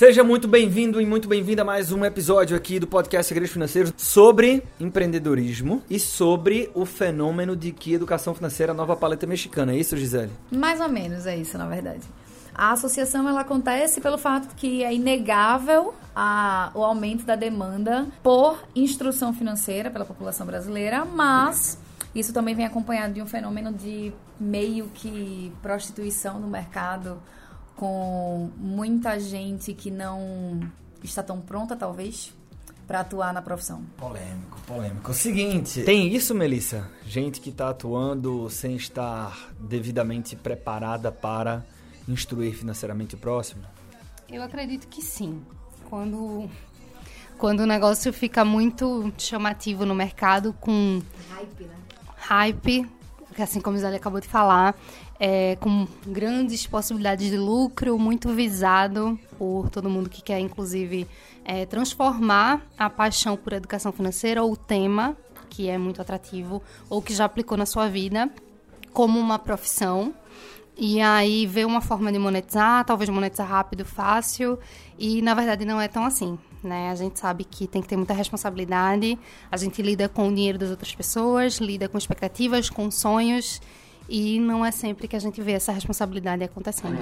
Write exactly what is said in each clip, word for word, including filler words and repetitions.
Seja muito bem-vindo e muito bem-vinda a mais um episódio aqui do podcast Segredos Financeiros sobre empreendedorismo e sobre o fenômeno de que educação financeira é a nova paleta mexicana. É isso, Gisele? Mais ou menos é isso, na verdade. A associação ela acontece pelo fato que é inegável a, o aumento da demanda por instrução financeira pela população brasileira, mas isso também vem acompanhado de um fenômeno de meio que prostituição no mercado, com muita gente que não está tão pronta, talvez, para atuar na profissão. Polêmico, polêmico. O seguinte, tem isso, Melissa? Gente que está atuando sem estar devidamente preparada para instruir financeiramente o próximo? Eu acredito que sim. Quando, quando o negócio fica muito chamativo no mercado, com Hype, né? Hype, assim como a Gisele acabou de falar, é, com grandes possibilidades de lucro, muito visado por todo mundo que quer, inclusive, é, transformar a paixão por educação financeira ou o tema, que é muito atrativo, ou que já aplicou na sua vida, como uma profissão. E aí vê uma forma de monetizar, talvez monetizar rápido, fácil, e na verdade não é tão assim, né? A gente sabe que tem que ter muita responsabilidade, a gente lida com o dinheiro das outras pessoas, lida com expectativas, com sonhos, e não é sempre que a gente vê essa responsabilidade acontecendo.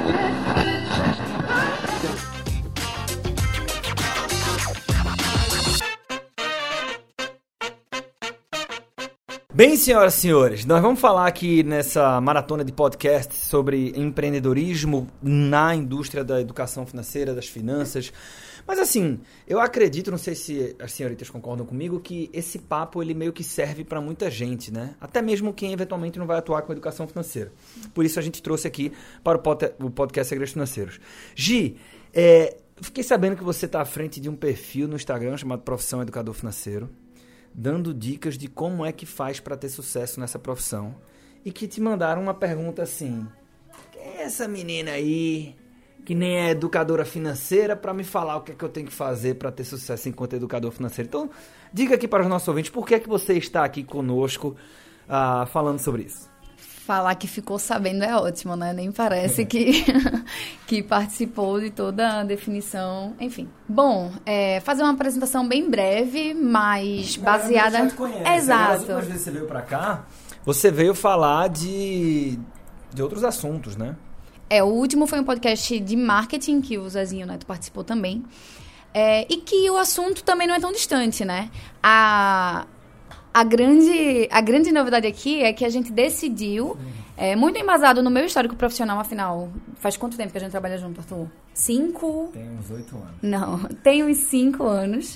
Bem, senhoras e senhores, nós vamos falar aqui nessa maratona de podcast sobre empreendedorismo na indústria da educação financeira, das finanças. Mas assim, eu acredito, não sei se as senhoritas concordam comigo, que esse papo ele meio que serve para muita gente, né? Até mesmo quem eventualmente não vai atuar com educação financeira. Por isso a gente trouxe aqui para o, pod- o podcast Segredos Financeiros. Gi, é, fiquei sabendo que você está à frente de um perfil no Instagram chamado Profissão Educador Financeiro, dando dicas de como é que faz para ter sucesso nessa profissão. E que te mandaram uma pergunta assim: quem é essa menina aí, que nem é educadora financeira, para me falar o que é que eu tenho que fazer para ter sucesso enquanto educador financeiro? Então, diga aqui para os nossos ouvintes, por que é que você está aqui conosco uh, falando sobre isso? Falar que ficou sabendo é ótimo, né? Nem parece que, que participou de toda a definição. Enfim. Bom, é, fazer uma apresentação bem breve, mas baseada... Já te conhece. Exato. As últimas vezes que você veio pra cá, você veio falar de, de outros assuntos, né? É, o último foi um podcast de marketing, que o Zezinho Neto participou também. É, e que o assunto também não é tão distante, né? A... A grande, a grande novidade aqui é que a gente decidiu, é, muito embasado no meu histórico profissional, afinal, faz quanto tempo que a gente trabalha junto, Arthur? Cinco? Tem uns oito anos. Não, tem uns cinco anos.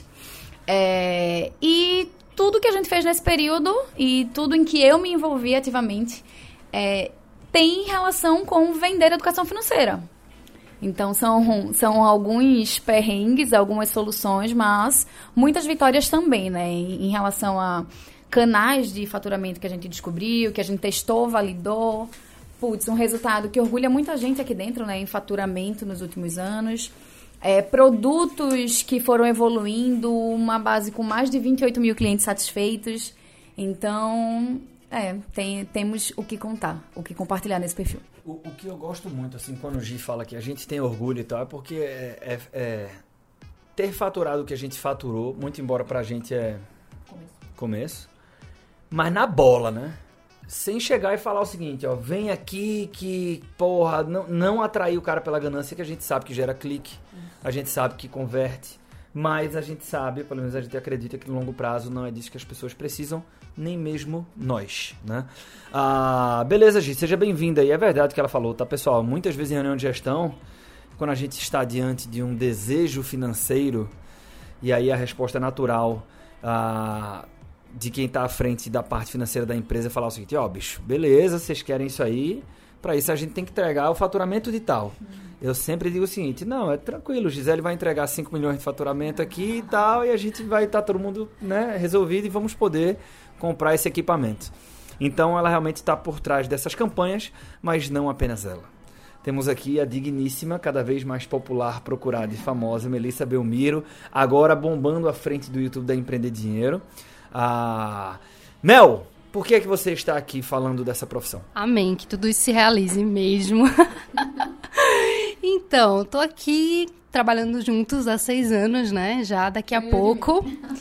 É, e tudo que a gente fez nesse período e tudo em que eu me envolvi ativamente é, tem relação com vender educação financeira. Então, são, são alguns perrengues, algumas soluções, mas muitas vitórias também, né? Em, em relação a canais de faturamento que a gente descobriu, que a gente testou, validou. Putz, um resultado que orgulha muita gente aqui dentro, né? Em faturamento nos últimos anos. É, produtos que foram evoluindo, uma base com mais de vinte e oito mil clientes satisfeitos. Então, é, tem, temos o que contar, o que compartilhar nesse perfil. O, o que eu gosto muito, assim, quando o Gi fala que a gente tem orgulho e tal, é porque é, é, é ter faturado o que a gente faturou, muito embora pra gente é começo. começo, mas na bola, né? Sem chegar e falar o seguinte, ó, vem aqui que, porra, não, não atrair o cara pela ganância, que a gente sabe que gera clique, a gente sabe que converte, mas a gente sabe, pelo menos a gente acredita que no longo prazo não é disso que as pessoas precisam, nem mesmo nós, né? Ah, beleza, Gi, seja bem-vinda. E é verdade o que ela falou, tá, pessoal? Muitas vezes em reunião de gestão, quando a gente está diante de um desejo financeiro, e aí a resposta natural ah, de quem está à frente da parte financeira da empresa é falar o seguinte, ó, oh, bicho, beleza, vocês querem isso aí, para isso a gente tem que entregar o faturamento de tal. Eu sempre digo o seguinte, não, é tranquilo, Gisele vai entregar cinco milhões de faturamento aqui e tal, e a gente vai estar tá todo mundo, né, resolvido e vamos poder comprar esse equipamento. Então ela realmente está por trás dessas campanhas, mas não apenas ela. Temos aqui a digníssima, cada vez mais popular, procurada e famosa Melissa Belmiro, agora bombando à frente do YouTube da Empreender Dinheiro. Ah, Mel, por que é que você está aqui falando dessa profissão? Amém, que tudo isso se realize mesmo. Então, tô aqui trabalhando juntos há seis anos, né? Já daqui a pouco.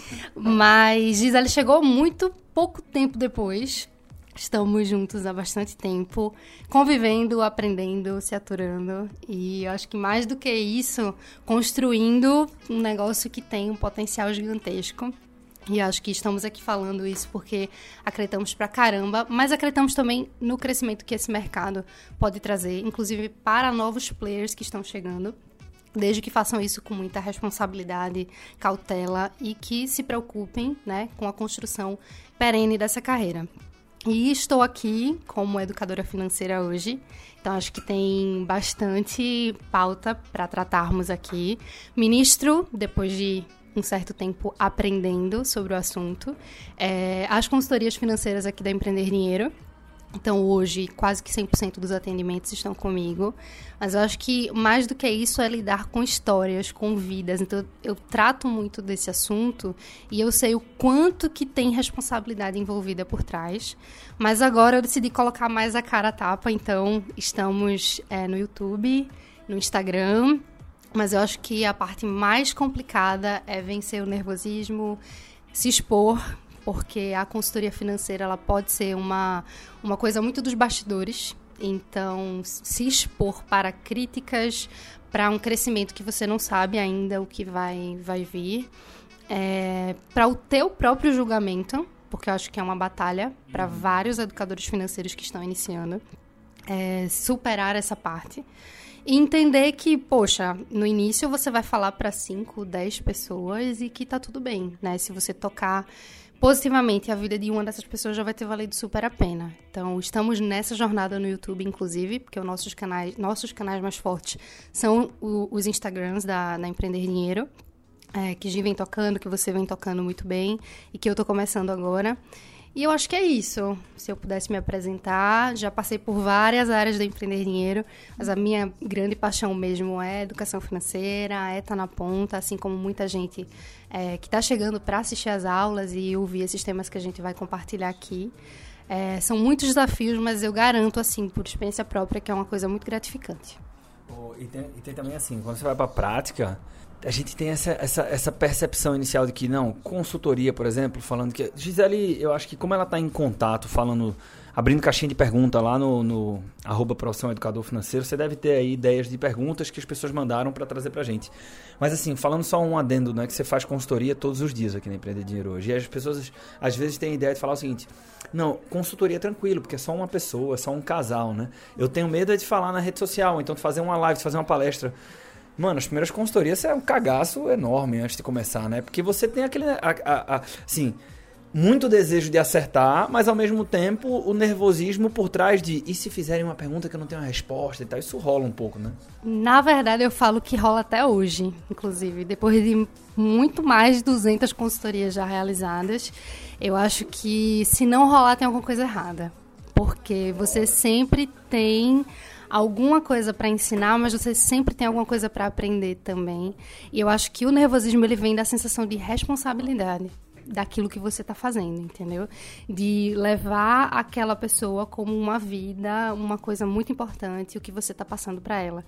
Mas Gisele chegou muito pouco tempo depois. Estamos juntos há bastante tempo, convivendo, aprendendo, se aturando. E eu acho que mais do que isso, construindo um negócio que tem um potencial gigantesco. E acho que estamos aqui falando isso porque acreditamos pra caramba, mas acreditamos também no crescimento que esse mercado pode trazer, inclusive para novos players que estão chegando. Desde que façam isso com muita responsabilidade, cautela e que se preocupem, né, com a construção perene dessa carreira. E estou aqui como educadora financeira hoje, então acho que tem bastante pauta para tratarmos aqui. Ministro, depois de um certo tempo aprendendo sobre o assunto, é, as consultorias financeiras aqui da Empreender Dinheiro. Então, hoje, quase que cem por cento dos atendimentos estão comigo. Mas eu acho que mais do que isso é lidar com histórias, com vidas. Então, eu trato muito desse assunto e eu sei o quanto que tem responsabilidade envolvida por trás. Mas agora eu decidi colocar mais a cara a tapa. Então, estamos é, no YouTube, no Instagram. Mas eu acho que a parte mais complicada é vencer o nervosismo, se expor, porque a consultoria financeira ela pode ser uma, uma coisa muito dos bastidores. Então, se expor para críticas, para um crescimento que você não sabe ainda o que vai, vai vir, é, para o teu próprio julgamento, porque eu acho que é uma batalha para vários educadores financeiros que estão iniciando, é, superar essa parte. E entender que, poxa, no início você vai falar para cinco, dez pessoas e que tá tudo bem, né? Se você tocar positivamente a vida de uma dessas pessoas já vai ter valido super a pena. Então, estamos nessa jornada no YouTube, inclusive, porque os nossos canais, nossos canais mais fortes são o, os Instagrams da, da Empreender Dinheiro, é, que Gi vem tocando, que você vem tocando muito bem e que eu tô começando agora. E eu acho que é isso. Se eu pudesse me apresentar, já passei por várias áreas do Empreender Dinheiro, mas a minha grande paixão mesmo é educação financeira, é estar na ponta, assim como muita gente é, que está chegando para assistir às aulas e ouvir esses temas que a gente vai compartilhar aqui. É, são muitos desafios, mas eu garanto, assim, por experiência própria, que é uma coisa muito gratificante. Oh, e, tem, e tem também assim, quando você vai para a prática, a gente tem essa, essa, essa percepção inicial de que, não, consultoria, por exemplo, falando que... Gisele, eu acho que como ela está em contato, falando, abrindo caixinha de pergunta lá no, no arroba profissão educador financeiro, você deve ter aí ideias de perguntas que as pessoas mandaram para trazer para a gente. Mas assim, falando só um adendo, não é que você faz consultoria todos os dias aqui na Empreender Dinheiro hoje. E as pessoas, às vezes, têm a ideia de falar o seguinte: não, consultoria é tranquilo, porque é só uma pessoa, é só um casal, né? Eu tenho medo é de falar na rede social, então de fazer uma live, de fazer uma palestra. Mano, as primeiras consultorias é um cagaço enorme antes de começar, né? Porque você tem aquele, a, a, a, assim, muito desejo de acertar, mas ao mesmo tempo o nervosismo por trás de, e se fizerem uma pergunta que eu não tenho uma resposta e tal, isso rola um pouco, né? Na verdade, eu falo que rola até hoje, inclusive, depois de muito mais de duzentas consultorias já realizadas, eu acho que se não rolar tem alguma coisa errada, porque você sempre tem alguma coisa para ensinar, mas você sempre tem alguma coisa para aprender também. E eu acho que o nervosismo ele vem da sensação de responsabilidade daquilo que você está fazendo, entendeu? De levar aquela pessoa como uma vida, uma coisa muito importante, o que você está passando para ela.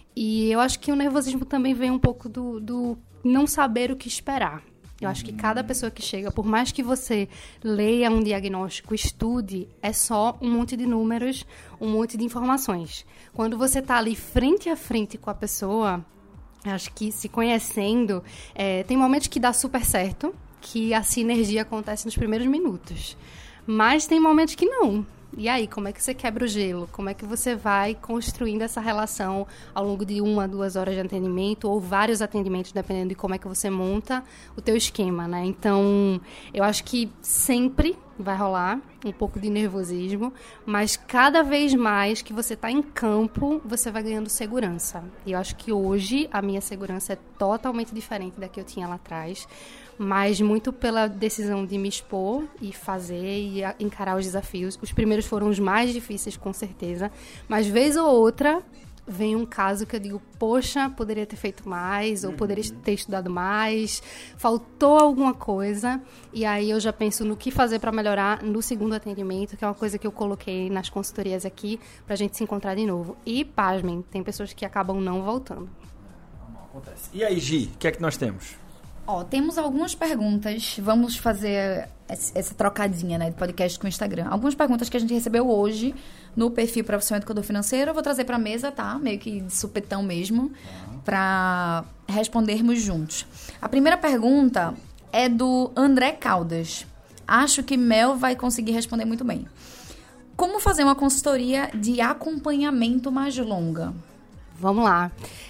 E eu acho que o nervosismo também vem um pouco do, do não saber o que esperar. Eu acho que cada pessoa que chega, por mais que você leia um diagnóstico, estude, é só um monte de números, um monte de informações. Quando você está ali frente a frente com a pessoa, acho que se conhecendo, é, tem momentos que dá super certo, que a sinergia acontece nos primeiros minutos. Mas tem momentos que não. E aí, como é que você quebra o gelo? Como é que você vai construindo essa relação ao longo de uma, duas horas de atendimento ou vários atendimentos, dependendo de como é que você monta o teu esquema, né? Então, eu acho que sempre vai rolar um pouco de nervosismo, mas cada vez mais que você está em campo, você vai ganhando segurança. E eu acho que hoje a minha segurança é totalmente diferente da que eu tinha lá atrás, mas muito pela decisão de me expor e fazer e encarar os desafios. Os primeiros foram os mais difíceis, com certeza, mas vez ou outra vem um caso que eu digo, poxa, poderia ter feito mais, ou uhum. poderia ter estudado mais, faltou alguma coisa, e aí eu já penso no que fazer para melhorar no segundo atendimento, que é uma coisa que eu coloquei nas consultorias aqui, pra gente se encontrar de novo. E, pasmem, tem pessoas que acabam não voltando. Acontece. E aí, Gi, o que é que nós temos? Ó, temos algumas perguntas, vamos fazer essa trocadinha, né, de podcast com o Instagram. Algumas perguntas que a gente recebeu hoje no perfil Profissão Educador Financeiro, eu vou trazer para a mesa, tá? Meio que de supetão mesmo, uhum. para respondermos juntos. A primeira pergunta é do André Caldas. Acho que Mel vai conseguir responder muito bem. Como fazer uma consultoria de acompanhamento mais longa? Vamos lá.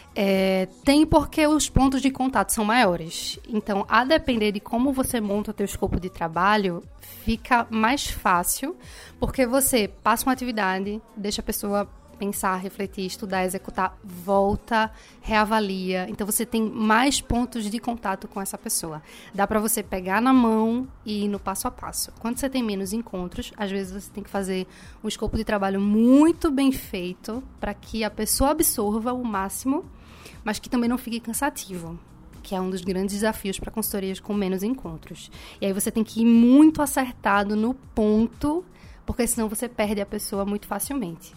É, tem porque os pontos de contato são maiores. Então, a depender de como você monta o teu escopo de trabalho, fica mais fácil, porque você passa uma atividade, deixa a pessoa pensar, refletir, estudar, executar, volta, reavalia. Então, você tem mais pontos de contato com essa pessoa. Dá para você pegar na mão e ir no passo a passo. Quando você tem menos encontros, às vezes você tem que fazer um escopo de trabalho muito bem feito para que a pessoa absorva o máximo, mas que também não fique cansativo, que é um dos grandes desafios para consultorias com menos encontros. E aí você tem que ir muito acertado no ponto, porque senão você perde a pessoa muito facilmente.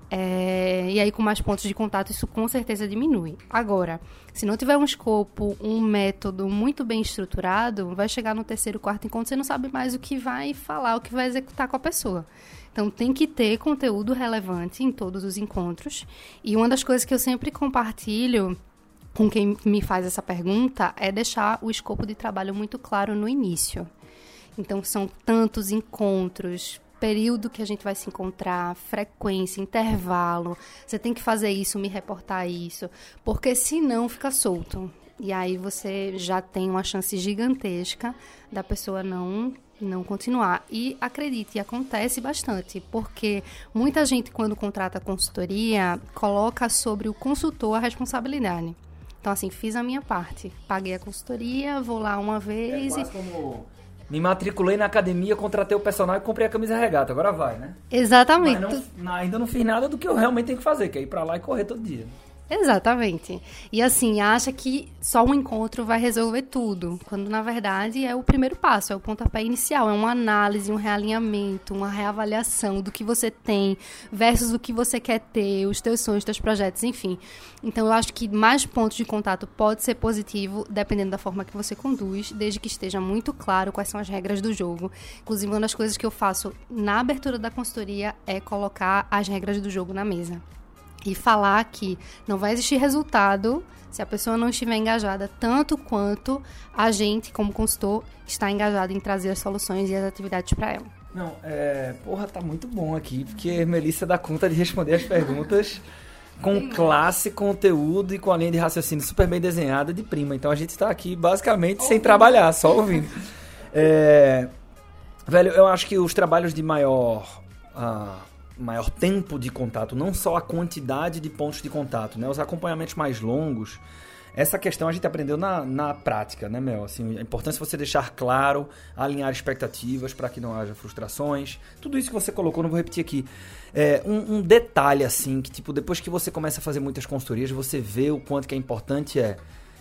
É, e aí com mais pontos de contato isso com certeza diminui. Agora, se não tiver um escopo, um método muito bem estruturado, vai chegar no terceiro, quarto encontro, você não sabe mais o que vai falar, o que vai executar com a pessoa. Então, tem que ter conteúdo relevante em todos os encontros. E uma das coisas que eu sempre compartilho com quem me faz essa pergunta é deixar o escopo de trabalho muito claro no início. Então, são tantos encontros, período que a gente vai se encontrar, frequência, intervalo. Você tem que fazer isso, me reportar isso, porque senão fica solto. E aí você já tem uma chance gigantesca da pessoa não... não continuar. E acredite, acontece bastante, porque muita gente, quando contrata consultoria, coloca sobre o consultor a responsabilidade. Então, assim, fiz a minha parte, paguei a consultoria, vou lá uma vez... É quase e... como... Me matriculei na academia, contratei o personal e comprei a camisa regata, agora vai, né? Exatamente. Mas não, ainda não fiz nada do que eu realmente tenho que fazer, que é ir pra lá e correr todo dia. Exatamente. E assim, acha que só um encontro vai resolver tudo, quando na verdade é o primeiro passo, é o pontapé inicial, é uma análise, um realinhamento, uma reavaliação do que você tem versus o que você quer ter, os teus sonhos, os teus projetos, enfim. Então eu acho que mais pontos de contato pode ser positivo, dependendo da forma que você conduz, desde que esteja muito claro quais são as regras do jogo. Inclusive, uma das coisas que eu faço na abertura da consultoria é colocar as regras do jogo na mesa. E falar que não vai existir resultado se a pessoa não estiver engajada tanto quanto a gente, como consultor, está engajado em trazer as soluções e as atividades para ela. Não, é... Porra, tá muito bom aqui, porque Melissa dá conta de responder as perguntas com classe, conteúdo e com a linha de raciocínio super bem desenhada de prima. Então a gente está aqui basicamente ouvindo. Sem trabalhar, só ouvindo. É... Velho, eu acho que os trabalhos de maior... Uh... maior tempo de contato, não só a quantidade de pontos de contato, né? Os acompanhamentos mais longos, essa questão a gente aprendeu na, na prática, né, Mel? Assim, a importância de você deixar claro, alinhar expectativas para que não haja frustrações, tudo isso que você colocou, não vou repetir aqui. É, um, um detalhe, assim, que tipo, depois que você começa a fazer muitas consultorias, você vê o quanto que é importante é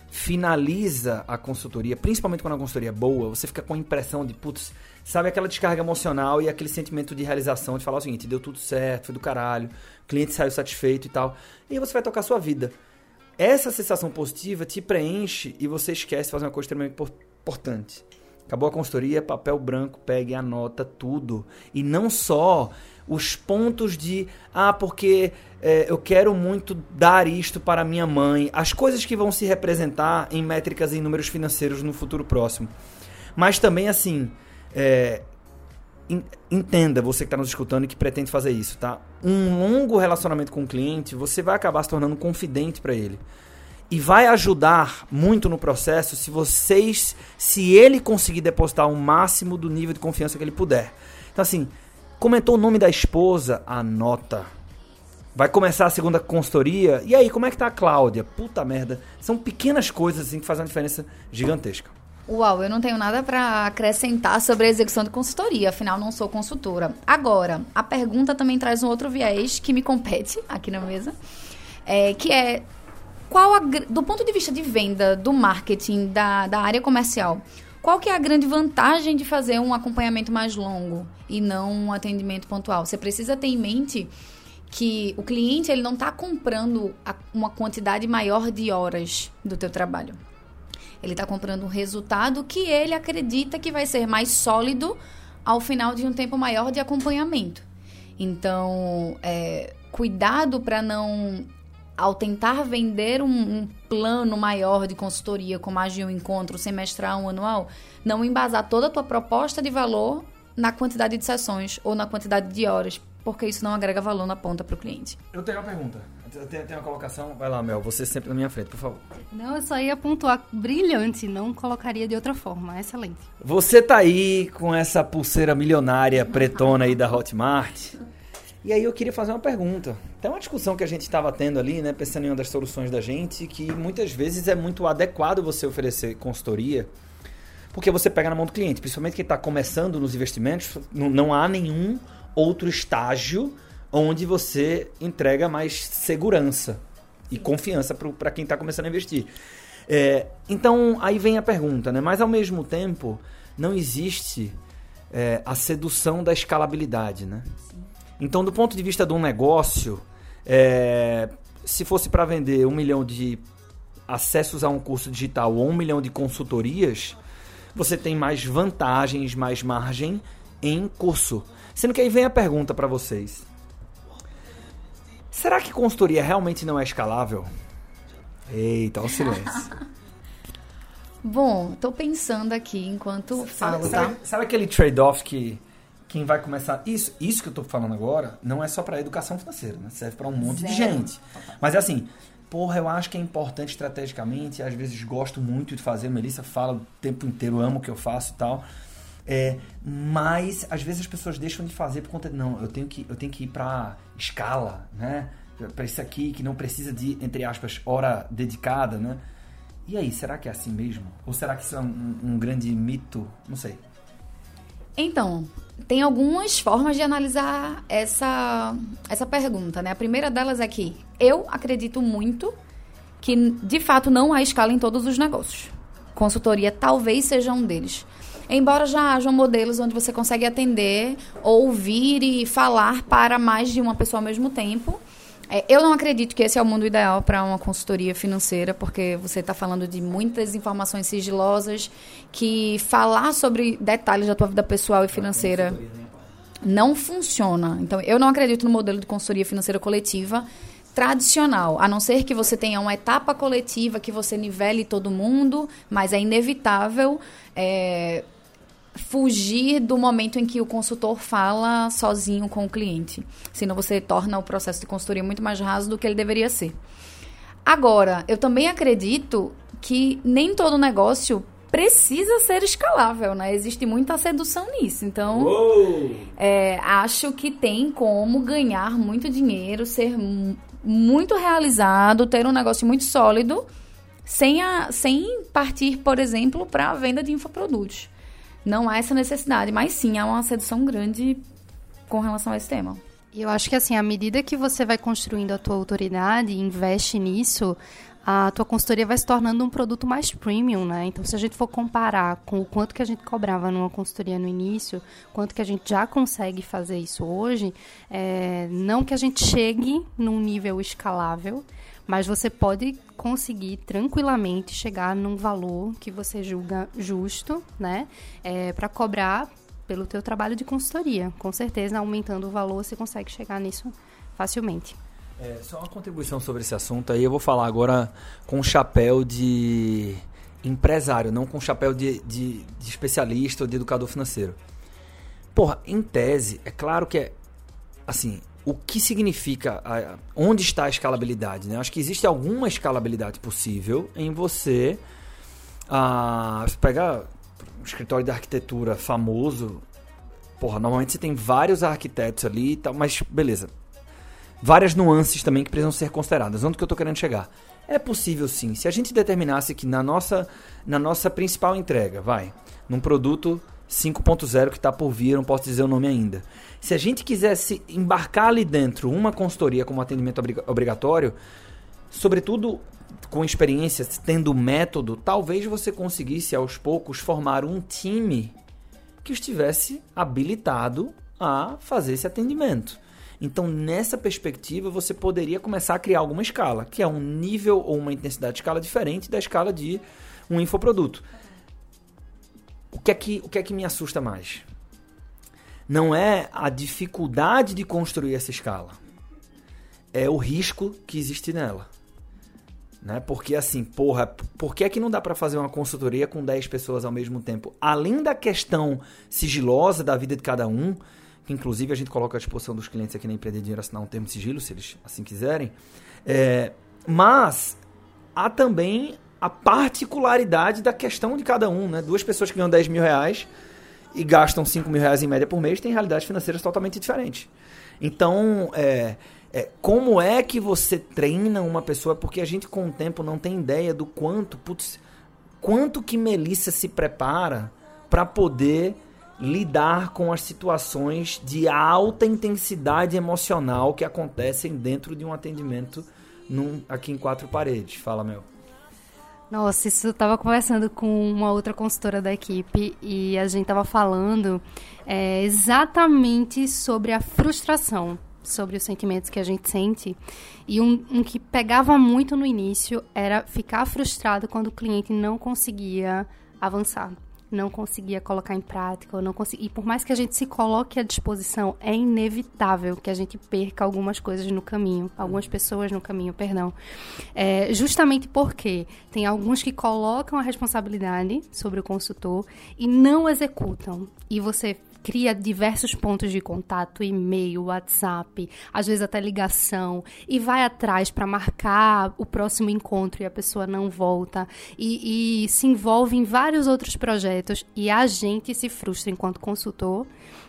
finaliza a consultoria, principalmente quando a consultoria é boa, você fica com a impressão de, putz, sabe aquela descarga emocional e aquele sentimento de realização, de falar o seguinte, deu tudo certo, foi do caralho, o cliente saiu satisfeito e tal, e aí você vai tocar a sua vida. Essa sensação positiva te preenche e você esquece de fazer uma coisa extremamente importante. Acabou a consultoria, papel branco, pegue e anota tudo. E não só os pontos de, ah, porque é, eu quero muito dar isto para minha mãe. As coisas que vão se representar em métricas e em números financeiros no futuro próximo. Mas também, assim, é, entenda, você que está nos escutando e que pretende fazer isso, tá? Um longo relacionamento com o cliente, você vai acabar se tornando confidente para ele. E vai ajudar muito no processo se vocês, se ele conseguir depositar o máximo do nível de confiança que ele puder. Então, assim, comentou o nome da esposa, anota. Vai começar a segunda consultoria. E aí, como é que tá a Cláudia? Puta merda. São pequenas coisas assim que fazem uma diferença gigantesca. Uau, eu não tenho nada para acrescentar sobre a execução de consultoria, afinal não sou consultora. Agora, a pergunta também traz um outro viés que me compete aqui na mesa. é, que é, qual a, do ponto de vista de venda, do marketing, da, da área comercial, qual que é a grande vantagem de fazer um acompanhamento mais longo e não um atendimento pontual? Você precisa ter em mente que o cliente ele não está comprando a, uma quantidade maior de horas do teu trabalho. Ele está comprando um resultado que ele acredita que vai ser mais sólido ao final de um tempo maior de acompanhamento. Então, é, cuidado para não, ao tentar vender um, um plano maior de consultoria, como agir um encontro semestral, um anual, não embasar toda a tua proposta de valor na quantidade de sessões ou na quantidade de horas, porque isso não agrega valor na ponta para o cliente. Eu tenho uma pergunta. Eu tenho, tenho uma colocação. Vai lá, Mel. Você sempre na minha frente, por favor. Não, eu só ia pontuar brilhante. Não colocaria de outra forma. Excelente. Você tá aí com essa pulseira milionária pretona aí da Hotmart. E aí eu queria fazer uma pergunta. Tem uma discussão que a gente estava tendo ali, né? Pensando em uma das soluções da gente, que muitas vezes é muito adequado você oferecer consultoria, porque você pega na mão do cliente. Principalmente quem está começando nos investimentos, não, não há nenhum outro estágio onde você entrega mais segurança e confiança para quem está começando a investir. É, então, aí vem a pergunta, né? Mas, ao mesmo tempo, não existe é, a sedução da escalabilidade, né? Então, do ponto de vista de um negócio, é, se fosse para vender um milhão de acessos a um curso digital ou um milhão de consultorias, você tem mais vantagens, mais margem em curso. Sendo que aí vem a pergunta para vocês. Será que consultoria realmente não é escalável? Eita, olha o silêncio. Bom, tô pensando aqui enquanto falo, tá? Sabe, sabe aquele trade-off que quem vai começar... Isso, isso que eu tô falando agora não é só para educação financeira, né? Serve para um monte Zero. de gente. Mas é assim, porra, eu acho que é importante estrategicamente, às vezes gosto muito de fazer, Melissa fala o tempo inteiro, amo o que eu faço e tal... É, mas às vezes as pessoas deixam de fazer por conta de não, eu tenho que, eu tenho que ir para escala, né? Para isso aqui que não precisa de, entre aspas, hora dedicada, né? E aí, será que é assim mesmo? Ou será que isso é um, um grande mito? Não sei. Então, tem algumas formas de analisar essa, essa pergunta, né? A primeira delas é que eu acredito muito que, de fato, não há escala em todos os negócios. Consultoria talvez seja um deles. Embora já hajam modelos onde você consegue atender, ouvir e falar para mais de uma pessoa ao mesmo tempo. É, eu não acredito que esse é o mundo ideal para uma consultoria financeira, porque você está falando de muitas informações sigilosas, que falar sobre detalhes da tua vida pessoal e financeira não funciona. Então, eu não acredito no modelo de consultoria financeira coletiva tradicional, a não ser que você tenha uma etapa coletiva que você nivele todo mundo, mas é inevitável é, fugir do momento em que o consultor fala sozinho com o cliente. Senão você torna o processo de consultoria muito mais raso do que ele deveria ser. Agora, eu também acredito que nem todo negócio precisa ser escalável, né? Existe muita sedução nisso. Então, é, acho que tem como ganhar muito dinheiro, ser muito realizado, ter um negócio muito sólido, sem, a, sem partir, por exemplo, para a venda de infoprodutos. Não há essa necessidade, mas sim há uma sedução grande com relação a esse tema. E eu acho que, assim, à medida que você vai construindo a tua autoridade e investe nisso, a tua consultoria vai se tornando um produto mais premium, né? Então, se a gente for comparar com o quanto que a gente cobrava numa consultoria no início, quanto que a gente já consegue fazer isso hoje, é, não que a gente chegue num nível escalável, mas você pode conseguir tranquilamente chegar num valor que você julga justo, né? É, para cobrar pelo teu trabalho de consultoria. Com certeza, aumentando o valor, você consegue chegar nisso facilmente. É, só uma contribuição sobre esse assunto aí, eu vou falar agora com um chapéu de empresário, não com um chapéu de, de, de especialista ou de educador financeiro. Porra, em tese, é claro que é, assim, o que significa, a, onde está a escalabilidade, né? Acho que existe alguma escalabilidade possível em você, ah, pegar um escritório de arquitetura famoso, porra, normalmente você tem vários arquitetos ali e tal, mas beleza. Várias nuances também que precisam ser consideradas. Onde que eu estou querendo chegar? É possível sim. Se a gente determinasse que na nossa, na nossa principal entrega, vai, num produto cinco ponto zero que está por vir, eu não posso dizer o nome ainda. Se a gente quisesse embarcar ali dentro uma consultoria como atendimento obrigatório, sobretudo com experiência, tendo método, talvez você conseguisse aos poucos formar um time que estivesse habilitado a fazer esse atendimento. Então, nessa perspectiva, você poderia começar a criar alguma escala, que é um nível ou uma intensidade de escala diferente da escala de um infoproduto. O que é que, o que é que me assusta mais? Não é a dificuldade de construir essa escala, é o risco que existe nela. Né? Porque assim, porra, por que é que não dá para fazer uma consultoria com dez pessoas ao mesmo tempo? Além da questão sigilosa da vida de cada um, que inclusive a gente coloca à disposição dos clientes aqui na Empreender Dinheiro assinar um termo de sigilo, se eles assim quiserem, é, mas há também a particularidade da questão de cada um. Né? Duas pessoas que ganham dez mil reais e gastam cinco mil reais em média por mês têm realidades financeiras totalmente diferentes. Então, é... É, como é que você treina uma pessoa? Porque a gente com o tempo não tem ideia do quanto, putz, quanto que Melissa se prepara para poder lidar com as situações de alta intensidade emocional que acontecem dentro de um atendimento num, aqui em quatro paredes. Fala, Mel. Nossa, isso eu estava conversando com uma outra consultora da equipe e a gente estava falando é, exatamente sobre a frustração, sobre os sentimentos que a gente sente. E um, um que pegava muito no início era ficar frustrado quando o cliente não conseguia avançar, não conseguia colocar em prática, ou não conseguia. E por mais que a gente se coloque à disposição, é inevitável que a gente perca algumas coisas no caminho, algumas pessoas no caminho, perdão. É, justamente porque tem alguns que colocam a responsabilidade sobre o consultor e não executam. E você cria diversos pontos de contato, e-mail, WhatsApp, às vezes até ligação, e vai atrás para marcar o próximo encontro e a pessoa não volta, e, e se envolve em vários outros projetos, e a gente se frustra enquanto consultor.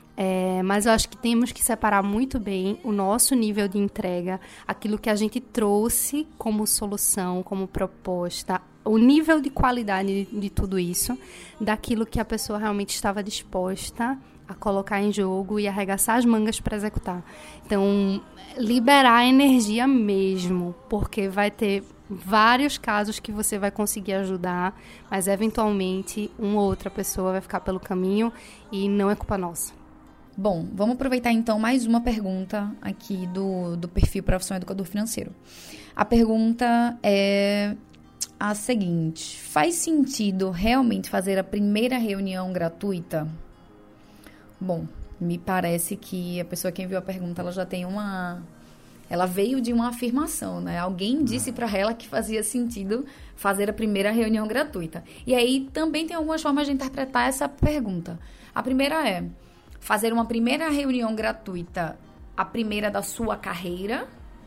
É, mas eu acho que temos que separar muito bem o nosso nível de entrega, aquilo que a gente trouxe como solução, como proposta, o nível de qualidade de, de tudo isso, daquilo que a pessoa realmente estava disposta a colocar em jogo e arregaçar as mangas para executar. Então, liberar a energia mesmo, porque vai ter vários casos que você vai conseguir ajudar, mas eventualmente uma ou outra pessoa vai ficar pelo caminho e não é culpa nossa. Bom, vamos aproveitar então mais uma pergunta aqui do, do perfil Profissão Educador Financeiro. A pergunta é a seguinte: faz sentido realmente fazer a primeira reunião gratuita? Bom, me parece que a pessoa que enviou a pergunta, ela já tem uma... Ela veio de uma afirmação, né? Alguém disse para ela que fazia sentido fazer a primeira reunião gratuita. E aí também tem algumas formas de interpretar essa pergunta. A primeira é fazer uma primeira reunião gratuita, a primeira da sua carreira,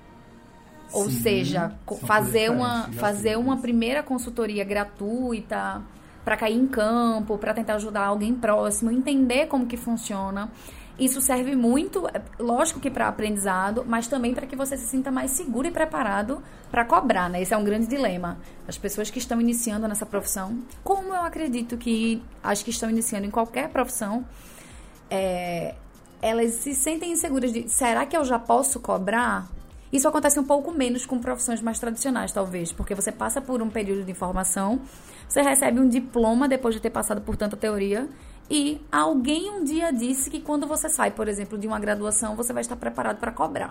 sim, ou seja, fazer uma, fazer uma primeira consultoria gratuita para cair em campo, para tentar ajudar alguém próximo, entender como que funciona. Isso serve muito, lógico que para aprendizado, mas também para que você se sinta mais seguro e preparado para cobrar, né? Esse é um grande dilema. As pessoas que estão iniciando nessa profissão, como eu acredito que as que estão iniciando em qualquer profissão, é, elas se sentem inseguras de, será que eu já posso cobrar? Isso acontece um pouco menos com profissões mais tradicionais, talvez, porque você passa por um período de formação, você recebe um diploma depois de ter passado por tanta teoria, e alguém um dia disse que quando você sai, por exemplo, de uma graduação, você vai estar preparado para cobrar.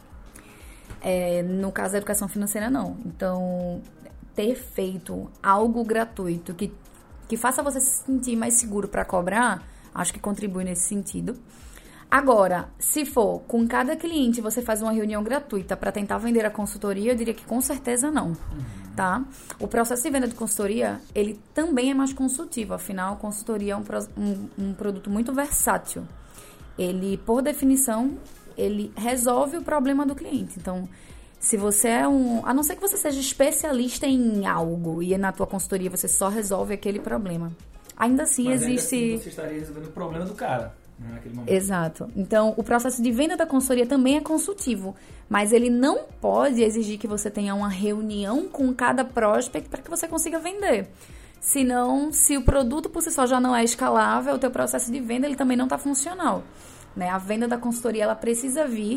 É, no caso da educação financeira, não. Então, ter feito algo gratuito que, que faça você se sentir mais seguro para cobrar, acho que contribui nesse sentido. Agora, se for com cada cliente você faz uma reunião gratuita para tentar vender a consultoria, eu diria que com certeza não, tá? O processo de venda de consultoria, ele também é mais consultivo, afinal, a consultoria é um, um, um produto muito versátil. Ele, por definição, ele resolve o problema do cliente. Então, se você é um... A não ser que você seja especialista em algo e na tua consultoria você só resolve aquele problema. Ainda assim, mas existe... Ainda assim, você estaria resolvendo o problema do cara. Exato. Então, o processo de venda da consultoria também é consultivo, mas ele não pode exigir que você tenha uma reunião com cada prospect para que você consiga vender. Senão, se o produto por si só já não é escalável, o teu processo de venda ele também não está funcional, né? A venda da consultoria ela precisa vir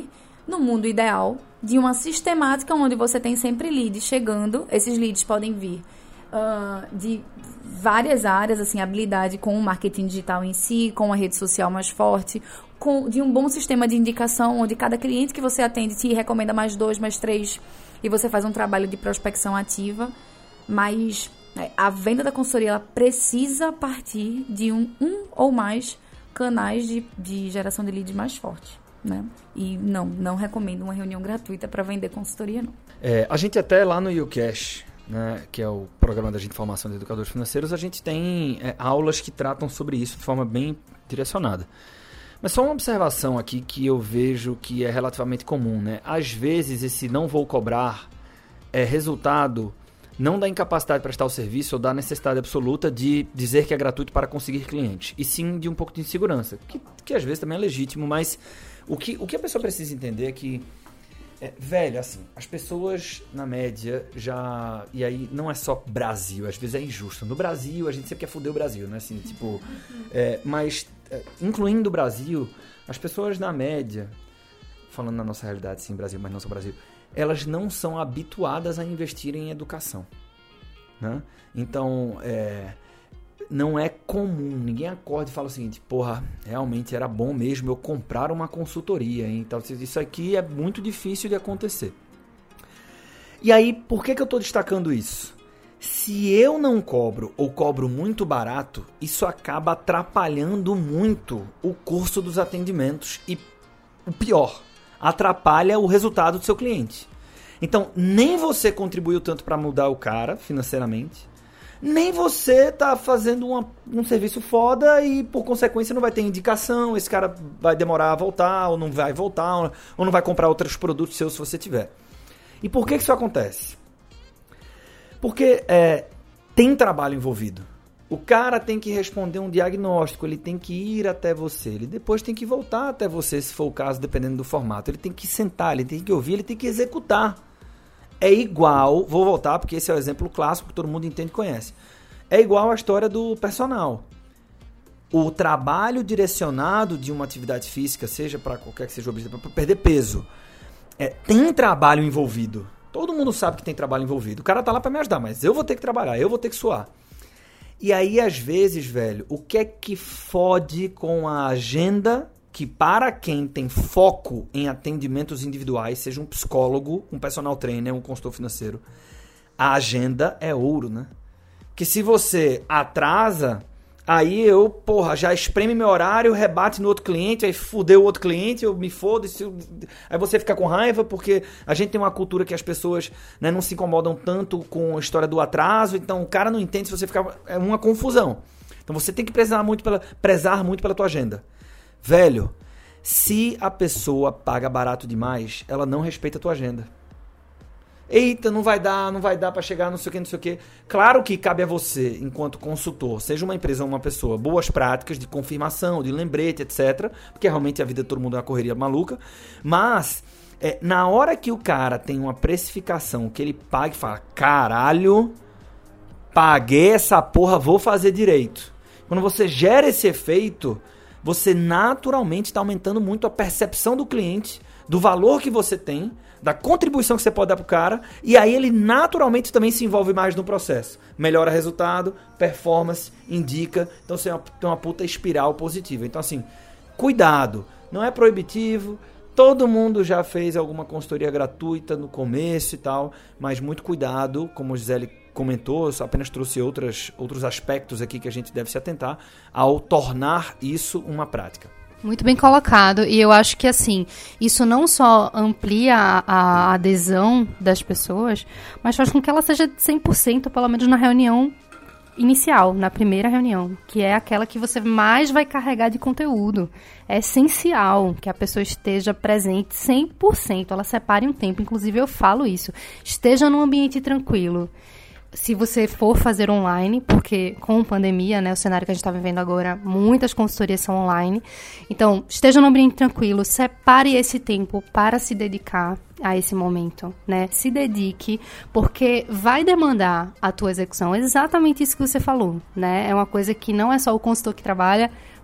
no mundo ideal, de uma sistemática onde você tem sempre leads chegando. Esses leads podem vir uh, de várias áreas, assim, habilidade com o marketing digital em si, com a rede social mais forte, com, de um bom sistema de indicação, onde cada cliente que você atende te recomenda mais dois, mais três, e você faz um trabalho de prospecção ativa. Mas a venda da consultoria, ela precisa partir de um, um ou mais canais de, de geração de leads mais fortes, né? E não, não recomendo uma reunião gratuita para vender consultoria, não. É, a gente até lá no YouCash, né, que é o programa da gente de formação de educadores financeiros, a gente tem é, aulas que tratam sobre isso de forma bem direcionada. Mas só uma observação aqui que eu vejo que é relativamente comum, né? Às vezes esse não vou cobrar é resultado não da incapacidade de prestar o serviço ou da necessidade absoluta de dizer que é gratuito para conseguir cliente, e sim de um pouco de insegurança, que, que às vezes também é legítimo, mas o que, o que a pessoa precisa entender é que, é, velho, assim, as pessoas na média já, e aí não é só Brasil, às vezes é injusto. No Brasil, a gente sempre quer foder o Brasil, né? Assim, tipo, é, mas, é, incluindo o Brasil, as pessoas na média, falando na nossa realidade, sim, Brasil, mas não só Brasil, elas não são habituadas a investir em educação, né? Então, é, não é comum, ninguém acorda e fala o seguinte, porra, realmente era bom mesmo eu comprar uma consultoria, hein? Então, isso aqui é muito difícil de acontecer. E aí, por que que eu estou destacando isso? Se eu não cobro ou cobro muito barato, isso acaba atrapalhando muito o curso dos atendimentos e, o pior, atrapalha o resultado do seu cliente. Então, nem você contribuiu tanto para mudar o cara financeiramente, nem você tá fazendo uma, um serviço foda e, por consequência, não vai ter indicação, esse cara vai demorar a voltar, ou não vai voltar, ou não vai comprar outros produtos seus se você tiver. E por que que isso acontece? Porque é, tem trabalho envolvido. O cara tem que responder um diagnóstico, ele tem que ir até você, ele depois tem que voltar até você, se for o caso, dependendo do formato. Ele tem que sentar, ele tem que ouvir, ele tem que executar. É igual, vou voltar porque esse é o exemplo clássico que todo mundo entende e conhece. É igual a história do personal. O trabalho direcionado de uma atividade física, seja para qualquer que seja o objetivo, para perder peso, é, tem trabalho envolvido. Todo mundo sabe que tem trabalho envolvido. O cara tá lá para me ajudar, mas eu vou ter que trabalhar, eu vou ter que suar. E aí, às vezes, velho, o que é que fode com a agenda que, para quem tem foco em atendimentos individuais, seja um psicólogo, um personal trainer, um consultor financeiro, a agenda é ouro, né? Que se você atrasa, aí eu, porra, já espreme meu horário, rebate no outro cliente, aí fudeu o outro cliente, eu me fodo, aí você fica com raiva, porque a gente tem uma cultura que as pessoas, né, não se incomodam tanto com a história do atraso, então o cara não entende se você ficar... É uma confusão. Então você tem que prezar muito pela, prezar muito pela tua agenda. Velho, se a pessoa paga barato demais, ela não respeita a tua agenda. Eita, não vai dar, não vai dar pra chegar, não sei o que, não sei o que. Claro que cabe a você, enquanto consultor, seja uma empresa ou uma pessoa, boas práticas de confirmação, de lembrete, etcétera. Porque realmente a vida de todo mundo é uma correria maluca. Mas, é, na hora que o cara tem uma precificação que ele paga e fala, caralho, paguei essa porra, vou fazer direito. Quando você gera esse efeito, você naturalmente está aumentando muito a percepção do cliente, do valor que você tem, da contribuição que você pode dar pro cara, e aí ele naturalmente também se envolve mais no processo. Melhora resultado, performance, indica, então você tem uma puta espiral positiva. Então assim, cuidado, não é proibitivo, todo mundo já fez alguma consultoria gratuita no começo e tal, mas muito cuidado, como a Gisele comentou, eu só apenas trouxe outras, outros aspectos aqui que a gente deve se atentar ao tornar isso uma prática. Muito bem colocado, e eu acho que assim, isso não só amplia a, a adesão das pessoas, mas faz com que ela seja cem por cento, pelo menos na reunião inicial, na primeira reunião, que é aquela que você mais vai carregar de conteúdo. É essencial que a pessoa esteja presente cem por cento, ela separe um tempo, inclusive eu falo isso, esteja num ambiente tranquilo. Se você for fazer online, porque com pandemia, né, o cenário que a gente está vivendo agora, muitas consultorias são online. Então, esteja num ambiente tranquilo, separe esse tempo para se dedicar a esse momento, né? Se dedique, porque vai demandar a tua execução. Exatamente isso que você falou, né? É uma coisa que não é só o consultor que trabalha,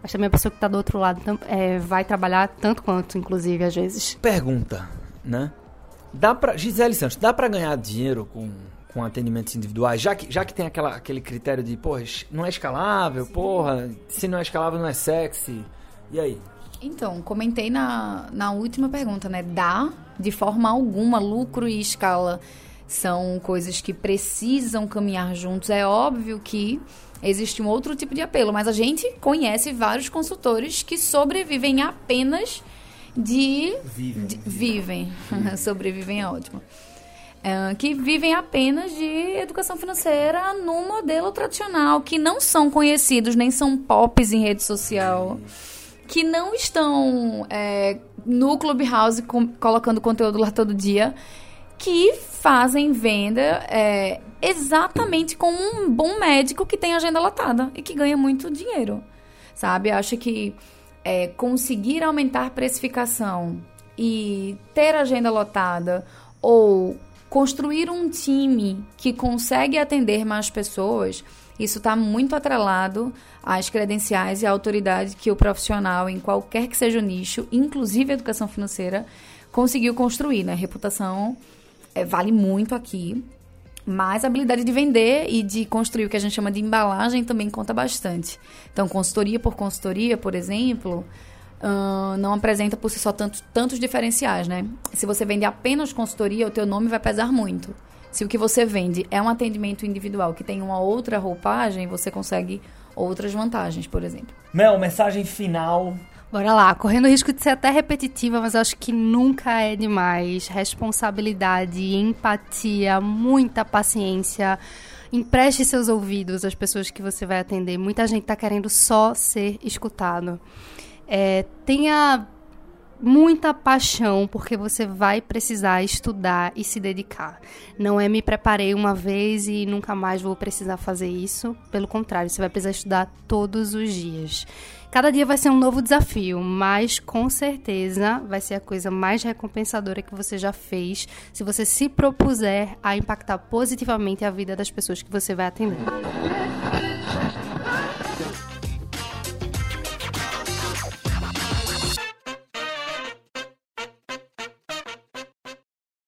Mas também a pessoa que está do outro lado é, vai trabalhar tanto quanto, inclusive, às vezes. Pergunta, né? Dá pra, Gisele Santos, dá para ganhar dinheiro com, com atendimentos individuais? Já que, já que tem aquela, aquele critério de, porra, não é escalável, porra, se não é escalável não é sexy. E aí? Então, comentei na, na última pergunta, né? Dá, de forma alguma, lucro e escala são coisas que precisam caminhar juntos. É óbvio que existe um outro tipo de apelo, mas a gente conhece vários consultores que sobrevivem apenas de... Vivem. De, vivem. vivem. Sobrevivem é ótimo. É, que vivem apenas de educação financeira no modelo tradicional, que não são conhecidos, nem são pops em rede social, que não estão é, no Clubhouse com, colocando conteúdo lá todo dia, que fazem venda é, exatamente com um bom médico que tem agenda lotada e que ganha muito dinheiro, sabe? Acho que é, conseguir aumentar precificação e ter agenda lotada ou construir um time que consegue atender mais pessoas, isso está muito atrelado às credenciais e à autoridade que o profissional, em qualquer que seja o nicho, inclusive a educação financeira, conseguiu construir, né? Reputação é, vale muito aqui, mas a habilidade de vender e de construir o que a gente chama de embalagem também conta bastante. Então, consultoria por consultoria, por exemplo, uh, não apresenta por si só tantos, tantos diferenciais, né? Se você vende apenas consultoria, o teu nome vai pesar muito. Se o que você vende é um atendimento individual que tem uma outra roupagem, você consegue outras vantagens, por exemplo. Mel, mensagem final. Bora lá, correndo o risco de ser até repetitiva, mas acho que nunca é demais. Responsabilidade, empatia, muita paciência. Empreste seus ouvidos às pessoas que você vai atender. Muita gente está querendo só ser escutado. É, tenha muita paixão, porque você vai precisar estudar e se dedicar. Não é me preparei uma vez e nunca mais vou precisar fazer isso. Pelo contrário, você vai precisar estudar todos os dias. Cada dia vai ser um novo desafio, mas com certeza vai ser a coisa mais recompensadora que você já fez, se você se propuser a impactar positivamente a vida das pessoas que você vai atender.